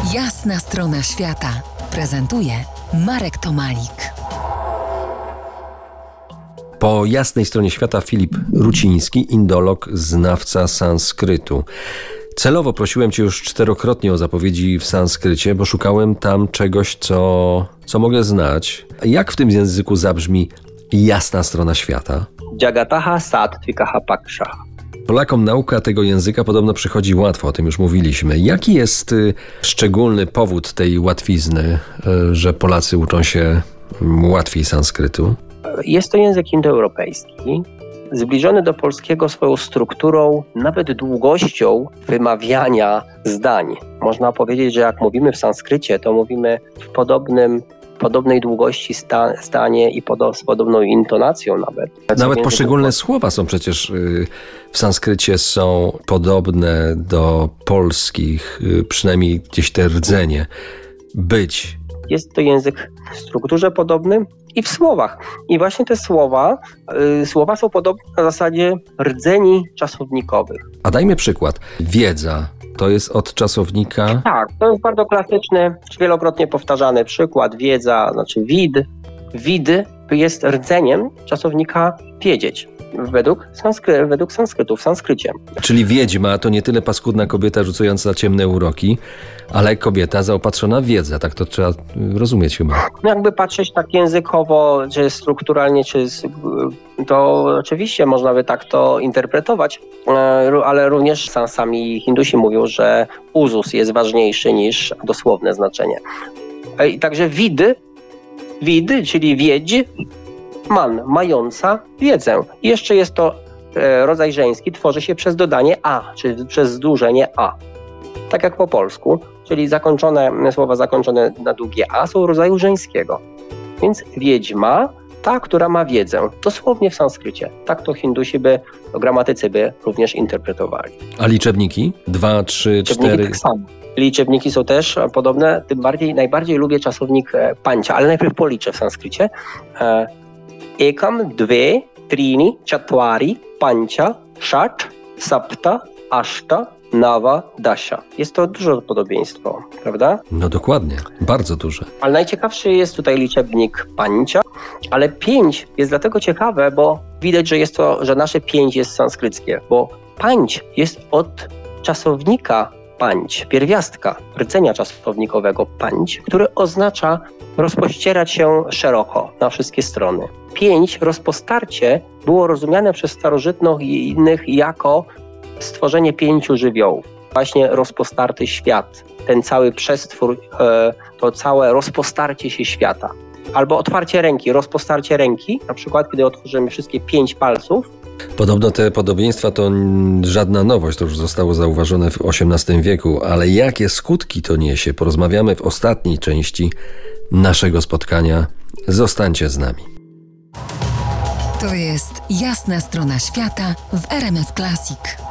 Jasna strona świata prezentuje Marek Tomalik. Po jasnej stronie świata Filip Ruciński, indolog, znawca sanskrytu. Celowo prosiłem Cię już 4-krotnie o zapowiedzi w sanskrycie, bo szukałem tam czegoś, co mogę znać. Jak w tym języku zabrzmi jasna strona świata? Jagataha sattvikaha pakshaha. Polakom nauka tego języka podobno przychodzi łatwo, o tym już mówiliśmy. Jaki jest szczególny powód tej łatwizny, że Polacy uczą się łatwiej sanskrytu? Jest to język indoeuropejski, zbliżony do polskiego swoją strukturą, nawet długością wymawiania zdań. Można powiedzieć, że jak mówimy w sanskrycie, to mówimy w podobnej długości zdanie i z podobną intonacją nawet. Nawet poszczególne słowa są przecież w sanskrycie są podobne do polskich, przynajmniej gdzieś te rdzenie. Być. Jest to język w strukturze podobny i w słowach. I właśnie te słowa są podobne na zasadzie rdzeni czasownikowych. A dajmy przykład. Wiedza. To jest od czasownika? Tak, to jest bardzo klasyczny, wielokrotnie powtarzany przykład. Wiedza, znaczy wid. Wid jest rdzeniem czasownika wiedzieć. Według sanskrytu, w sanskrycie. Czyli wiedźma to nie tyle paskudna kobieta rzucająca ciemne uroki, ale kobieta zaopatrzona w wiedzę. Tak to trzeba rozumieć chyba. Jakby patrzeć tak językowo, czy strukturalnie, to oczywiście można by tak to interpretować, ale również sami Hindusi mówią, że uzus jest ważniejszy niż dosłowne znaczenie. I także wid, czyli wiedź, man, mająca wiedzę. I jeszcze jest to rodzaj żeński, tworzy się przez dodanie a, czy przez zdłużenie a. Tak jak po polsku, czyli słowa zakończone na długie a są rodzaju żeńskiego. Więc wiedźma, ta, która ma wiedzę, dosłownie w sanskrycie. Tak to Hindusi gramatycy by również interpretowali. A liczebniki? 2, 3, 4? Tak samo. Liczebniki są też podobne, najbardziej lubię czasownik pancia, ale najpierw policzę w sanskrycie. Ekam, dve, trini, czatwari, pancha, szat, sapta, ashta, nawa, dasha. Jest to duże podobieństwo, prawda? No dokładnie, bardzo duże. Ale najciekawszy jest tutaj liczebnik pancha, ale 5 jest dlatego ciekawe, bo widać, że nasze 5 jest sanskryckie, bo panch jest od czasownika panć, pierwiastka rdzenia czasownikowego panć, który oznacza rozpościerać się szeroko na wszystkie strony. 5, rozpostarcie, było rozumiane przez starożytnych i innych jako stworzenie 5 żywiołów. Właśnie rozpostarty świat, ten cały przestwór, to całe rozpostarcie się świata. Albo otwarcie ręki, rozpostarcie ręki, na przykład kiedy otworzymy wszystkie 5 palców. Podobno te podobieństwa to żadna nowość, to już zostało zauważone w XVIII wieku, ale jakie skutki to niesie, porozmawiamy w ostatniej części naszego spotkania. Zostańcie z nami. To jest Jasna strona świata w RMF Classic.